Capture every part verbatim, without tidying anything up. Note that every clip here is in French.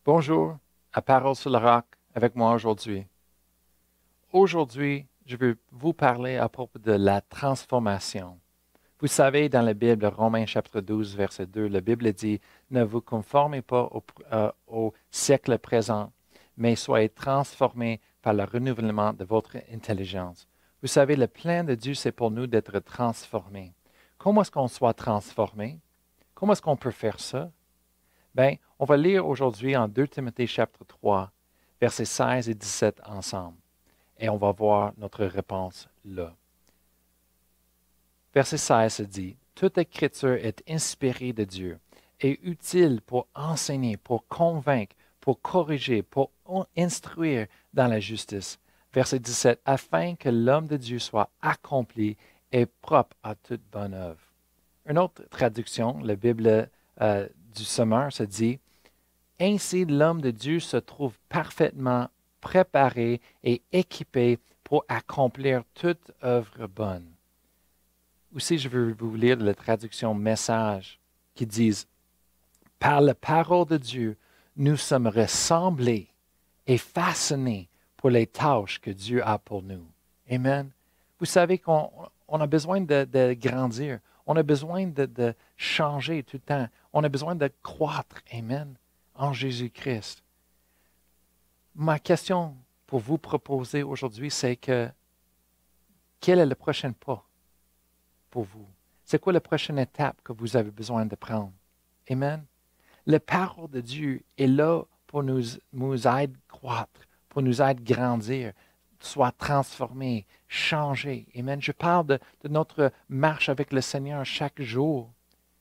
Bonjour, à Parole sur le roc avec moi aujourd'hui. Aujourd'hui, je veux vous parler à propos de la transformation. Vous savez, dans la Bible, Romains chapitre douze, verset deux, la Bible dit, ne vous conformez pas au, euh, au siècle présent, mais soyez transformés par le renouvellement de votre intelligence. Vous savez, le plan de Dieu, c'est pour nous d'être transformés. Comment est-ce qu'on soit transformé? Comment est-ce qu'on peut faire ça? Bien, on va lire aujourd'hui en deux Timothée chapitre trois, versets seize et dix-sept ensemble. Et on va voir notre réponse là. Verset seize se dit, toute écriture est inspirée de Dieu et utile pour enseigner, pour convaincre, pour corriger, pour instruire dans la justice. Verset dix-sept, afin que l'homme de Dieu soit accompli et propre à toute bonne œuvre. Une autre traduction, la Bible euh, du Sommeur se dit, ainsi l'homme de Dieu se trouve parfaitement préparé et équipé pour accomplir toute œuvre bonne. Aussi, je veux vous lire la traduction message qui dit, par la parole de Dieu, nous sommes ressemblés et façonnés pour les tâches que Dieu a pour nous. Amen. Vous savez qu'on on a besoin de, de grandir. On a besoin de, de changer tout le temps. On a besoin de croître. Amen. En Jésus-Christ. Ma question pour vous proposer aujourd'hui, c'est que quel est le prochain pas pour vous? C'est quoi la prochaine étape que vous avez besoin de prendre? Amen. La parole de Dieu est là pour nous, nous aider à croître, pour nous aider à grandir, soit transformé, changé. Amen. Je parle de, de notre marche avec le Seigneur chaque jour.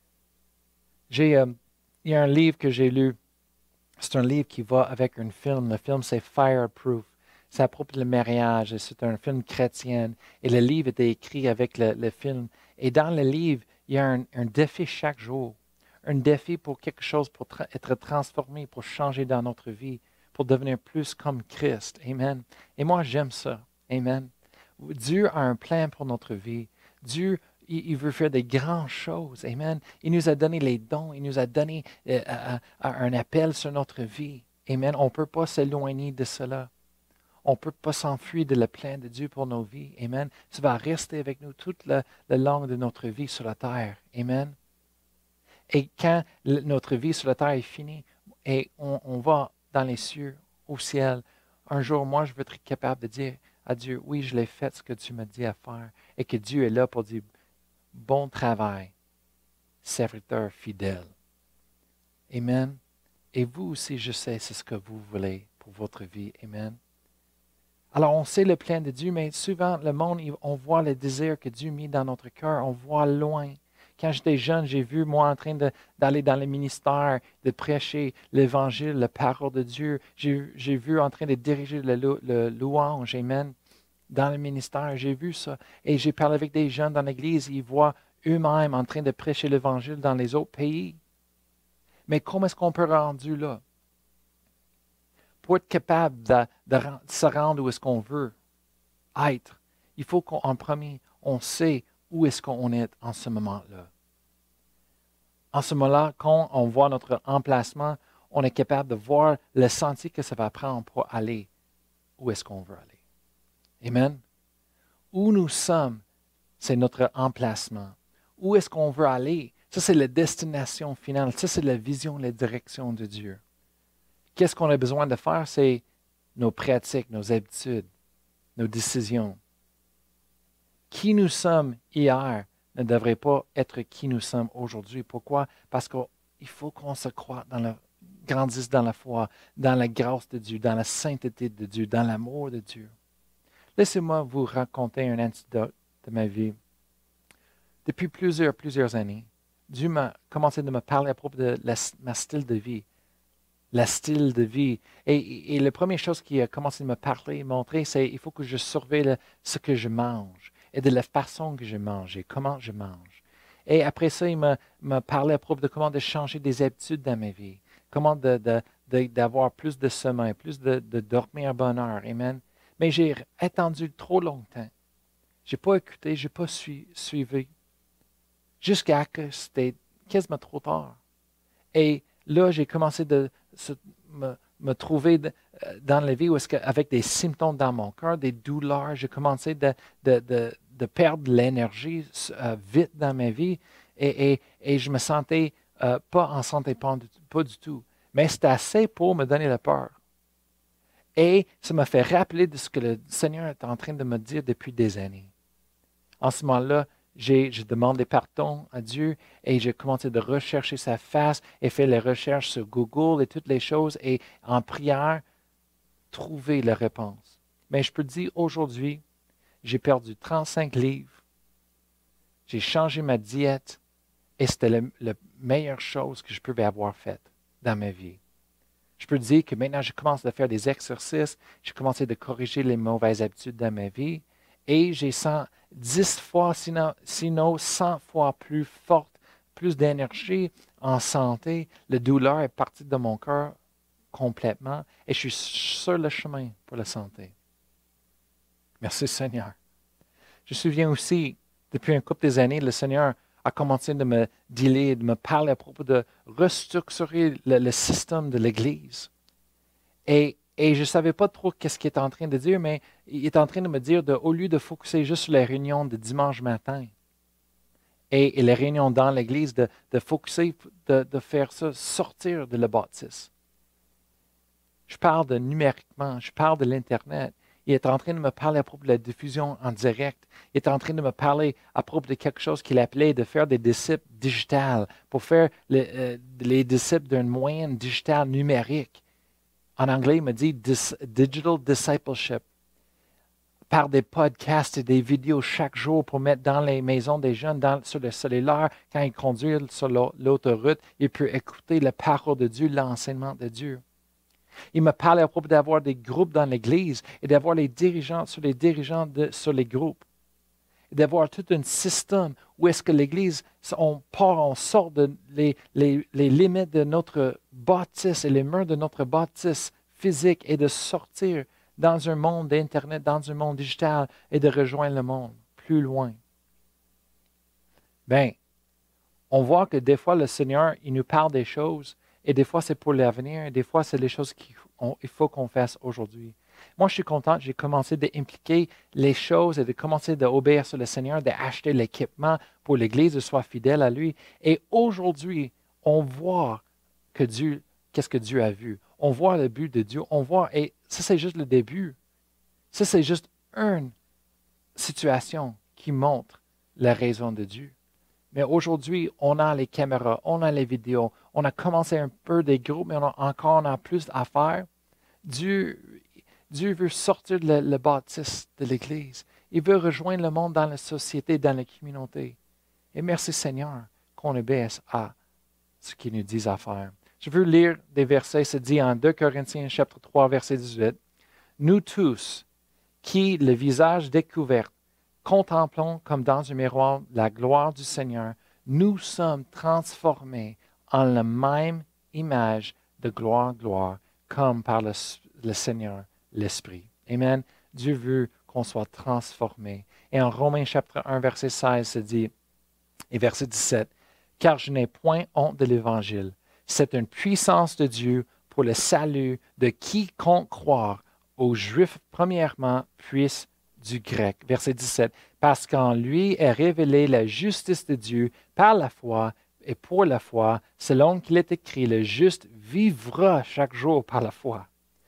J'ai, euh, il y a un livre que j'ai lu. C'est un livre qui va avec un film. Le film, c'est Fireproof. C'est à propos du mariage. C'est un film chrétien. Et le livre était écrit avec le, le film. Et dans le livre, il y a un, un défi chaque jour. Un défi pour quelque chose, pour tra- être transformé, pour changer dans notre vie, pour devenir plus comme Christ. Amen. Et moi, j'aime ça. Amen. Dieu a un plan pour notre vie. Dieu, il, il veut faire des grandes choses. Amen. Il nous a donné les dons. Il nous a donné euh, euh, un appel sur notre vie. Amen. On ne peut pas s'éloigner de cela. On ne peut pas s'enfuir de le plan de Dieu pour nos vies. Amen. Ça va rester avec nous toute la, la longue de notre vie sur la terre. Amen. Et quand le, notre vie sur la terre est finie et on, on va dans les cieux, au ciel, un jour, moi, je veux être capable de dire à Dieu, oui, je l'ai fait ce que tu m'as dit à faire. Et que Dieu est là pour dire, bon travail, serviteur fidèle. Amen. Et vous aussi, je sais, c'est ce que vous voulez pour votre vie. Amen. Alors, on sait le plan de Dieu, mais souvent, le monde, on voit le désir que Dieu a mis dans notre cœur, on voit loin. Quand j'étais jeune, j'ai vu, moi, en train de, d'aller dans le ministère, de prêcher l'Évangile, la parole de Dieu. J'ai, j'ai vu en train de diriger le, le louange, amen, dans le ministère. J'ai vu ça. Et j'ai parlé avec des jeunes dans l'Église, ils voient eux-mêmes en train de prêcher l'Évangile dans les autres pays. Mais comment est-ce qu'on peut rendre là? Pour être capable de, de, de se rendre où est-ce qu'on veut être, il faut qu'en premier, on sait où est-ce qu'on est en ce moment-là. En ce moment-là, quand on voit notre emplacement, on est capable de voir le sentier que ça va prendre pour aller où est-ce qu'on veut aller. Amen. Où nous sommes, c'est notre emplacement. Où est-ce qu'on veut aller? Ça, c'est la destination finale. Ça, c'est la vision, la direction de Dieu. Qu'est-ce qu'on a besoin de faire? C'est nos pratiques, nos habitudes, nos décisions. Qui nous sommes hier ne devrait pas être qui nous sommes aujourd'hui. Pourquoi? Parce qu'il faut qu'on se croie dans le, grandisse dans la foi, dans la grâce de Dieu, dans la sainteté de Dieu, dans l'amour de Dieu. Laissez-moi vous raconter un anecdote de ma vie. Depuis plusieurs, plusieurs années, Dieu m'a commencé de me parler à propos de la, ma style de vie. La style de vie. Et, et la première chose qu'il a commencé de me parler, montrer, c'est il faut que je surveille le, ce que je mange et de la façon que je mange et comment je mange. Et après ça, il m'a, m'a parlé à propos de comment de changer des habitudes dans ma vie, comment de, de, de, d'avoir plus de sommeil, plus de, de dormir à bonne heure. Amen. Mais j'ai attendu trop longtemps. Je n'ai pas écouté, je n'ai pas sui, suivi, jusqu'à ce que c'était quasiment trop tard. Et là, j'ai commencé de se, me, me trouver de, dans la vie où est-ce que, avec des symptômes dans mon cœur, des douleurs, j'ai commencé de, de, de, de perdre de l'énergie euh, vite dans ma vie et, et, et je me sentais euh, pas en santé, pas du, pas du tout. Mais c'était assez pour me donner la peur. Et ça m'a fait rappeler de ce que le Seigneur est en train de me dire depuis des années. En ce moment-là, j'ai, j'ai demandé pardon à Dieu et j'ai commencé de rechercher sa face et fait les recherches sur Google et toutes les choses et en prière, trouver la réponse. Mais je peux te dire, aujourd'hui, j'ai perdu trente-cinq livres, j'ai changé ma diète et c'était le- la meilleure chose que je pouvais avoir faite dans ma vie. Je peux te dire que maintenant, je commence à faire des exercices, j'ai commencé de corriger les mauvaises habitudes dans ma vie et j'ai cent, dix fois, sinon, sinon cent fois plus forte, plus d'énergie en santé. La douleur est partie de mon cœur complètement et je suis sur le chemin pour la santé. Merci Seigneur. Je me souviens aussi, depuis un couple d'années, le Seigneur a commencé de me dealer, de me parler à propos de restructurer le, le système de l'Église. Et, et je ne savais pas trop qu'est-ce qu'il est en train de dire, mais il est en train de me dire, de, au lieu de focuser juste sur les réunions de dimanche matin et, et les réunions dans l'Église, de, de focuser, de, de faire ça sortir de la bâtisse. Je parle de numériquement, je parle de l'Internet. Il est en train de me parler à propos de la diffusion en direct. Il est en train de me parler à propos de quelque chose qu'il appelait de faire des disciples digitales, pour faire le, euh, les disciples d'une moyenne digitale numérique. En anglais, il me dit dis, digital discipleship. Par des podcasts et des vidéos chaque jour pour mettre dans les maisons des jeunes, dans, sur le cellulaire, quand ils conduisent sur l'autoroute, ils peuvent écouter la parole de Dieu, l'enseignement de Dieu. Il me parlait à propos d'avoir des groupes dans l'Église et d'avoir les dirigeants sur les dirigeants de, sur les groupes. Et d'avoir tout un système où est-ce que l'Église, on part, on sort de les, les, les limites de notre bâtisse et les murs de notre bâtisse physique et de sortir dans un monde d'Internet, dans un monde digital et de rejoindre le monde plus loin. Bien, on voit que des fois, le Seigneur, il nous parle des choses et des fois, c'est pour l'avenir, et des fois, c'est les choses qu'il faut qu'on fasse aujourd'hui. Moi, je suis content, j'ai commencé d'impliquer les choses et de commencer d'obéir sur le Seigneur, d'acheter l'équipement pour l'Église, de soit fidèle à lui. Et aujourd'hui, on voit que Dieu, qu'est-ce que Dieu a vu. On voit le but de Dieu, on voit, et ça, c'est juste le début. Ça, c'est juste une situation qui montre la raison de Dieu. Mais aujourd'hui, on a les caméras, on a les vidéos, on a commencé un peu des groupes, mais on a encore on a plus à faire. Dieu, Dieu veut sortir de le, le bâtisse de l'Église. Il veut rejoindre le monde dans la société, dans la communauté. Et merci Seigneur qu'on obéisse à ce qu'il nous dit à faire. Je veux lire des versets, c'est dit en deux Corinthiens chapitre trois, verset dix-huit. Nous tous, qui, le visage découvert, contemplons comme dans un miroir la gloire du Seigneur, nous sommes transformés en la même image de gloire en gloire, comme par le, le Seigneur, l'Esprit. Amen. Dieu veut qu'on soit transformés. Et en Romains chapitre un, verset seize, se dit, et verset dix-sept, « Car je n'ai point honte de l'Évangile. C'est une puissance de Dieu pour le salut de quiconque croire, aux Juifs premièrement, puis du grec. » Verset dix-sept. « Parce qu'en lui est révélée la justice de Dieu par la foi et pour la foi, selon qu'il est écrit, le juste vivra chaque jour par la foi. »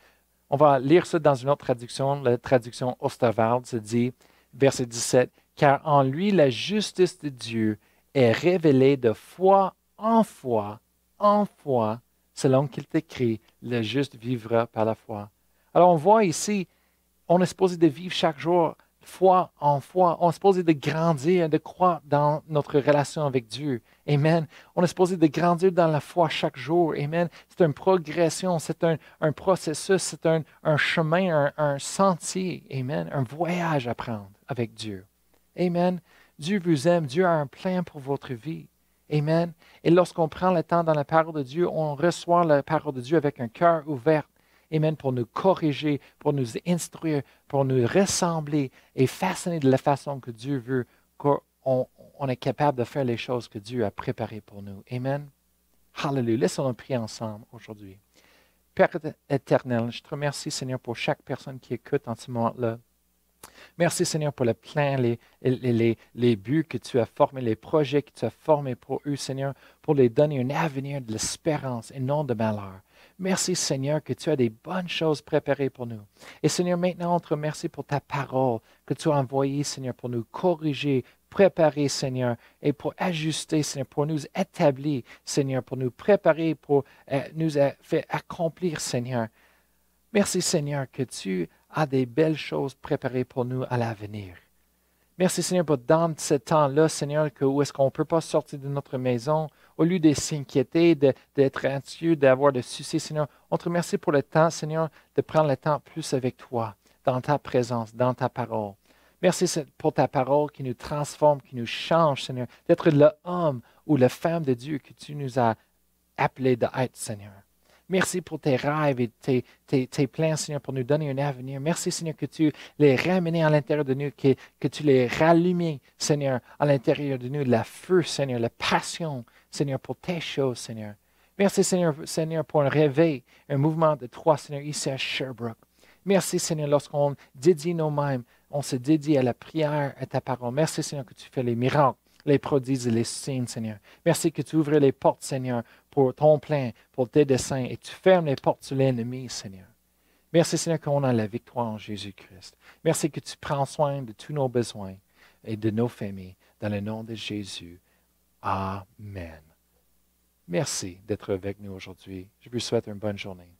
On va lire ça dans une autre traduction, la traduction Osterwald se dit, verset dix-sept, « Car en lui la justice de Dieu est révélée de foi en foi, en foi, selon qu'il est écrit, le juste vivra par la foi. » Alors on voit ici, on est supposé de vivre chaque jour, foi en foi. On est supposé de grandir, de croître dans notre relation avec Dieu. Amen. On est supposé de grandir dans la foi chaque jour. Amen. C'est une progression, c'est un, un processus, c'est un, un chemin, un, un sentier. Amen. Un voyage à prendre avec Dieu. Amen. Dieu vous aime. Dieu a un plan pour votre vie. Amen. Et lorsqu'on prend le temps dans la parole de Dieu, on reçoit la parole de Dieu avec un cœur ouvert. Amen, pour nous corriger, pour nous instruire, pour nous ressembler et façonner de la façon que Dieu veut, qu'on on est capable de faire les choses que Dieu a préparées pour nous. Amen. Hallelujah. Laissons-nous prier ensemble aujourd'hui. Père éternel, je te remercie, Seigneur, pour chaque personne qui écoute en ce moment-là. Merci, Seigneur, pour le plein, les, les, les, les buts que tu as formés, les projets que tu as formés pour eux, Seigneur, pour les donner un avenir de l'espérance et non de malheur. Merci, Seigneur, que tu as des bonnes choses préparées pour nous. Et Seigneur, maintenant, on te remercie pour ta parole que tu as envoyée, Seigneur, pour nous corriger, préparer, Seigneur, et pour ajuster, Seigneur, pour nous établir, Seigneur, pour nous préparer, pour euh, nous euh, faire accomplir, Seigneur. Merci, Seigneur, que tu as des belles choses préparées pour nous à l'avenir. Merci, Seigneur, pour dans ce temps-là, Seigneur, que, où est-ce qu'on ne peut pas sortir de notre maison, au lieu de s'inquiéter, de, d'être anxieux, d'avoir de soucis, Seigneur, on te remercie pour le temps, Seigneur, de prendre le temps plus avec toi, dans ta présence, dans ta parole. Merci pour ta parole qui nous transforme, qui nous change, Seigneur, d'être l'homme ou la femme de Dieu que tu nous as appelés d'être, Seigneur. Merci pour tes rêves et tes, tes, tes plans, Seigneur, pour nous donner un avenir. Merci, Seigneur, que tu les ramenais à l'intérieur de nous, que, que tu les rallumais, Seigneur, à l'intérieur de nous, la feu, Seigneur, la passion, Seigneur, pour tes choses, Seigneur. Merci, Seigneur, Seigneur, pour un réveil, un mouvement de toi, Seigneur, ici à Sherbrooke. Merci, Seigneur, lorsqu'on dédie nous-mêmes, on se dédie à la prière, à ta parole. Merci, Seigneur, que tu fais les miracles, les prodiges et les signes, Seigneur. Merci que tu ouvres les portes, Seigneur, pour ton plein, pour tes desseins, et tu fermes les portes sur l'ennemi, Seigneur. Merci, Seigneur, qu'on a la victoire en Jésus-Christ. Merci que tu prends soin de tous nos besoins et de nos familles, dans le nom de Jésus. Amen. Merci d'être avec nous aujourd'hui. Je vous souhaite une bonne journée.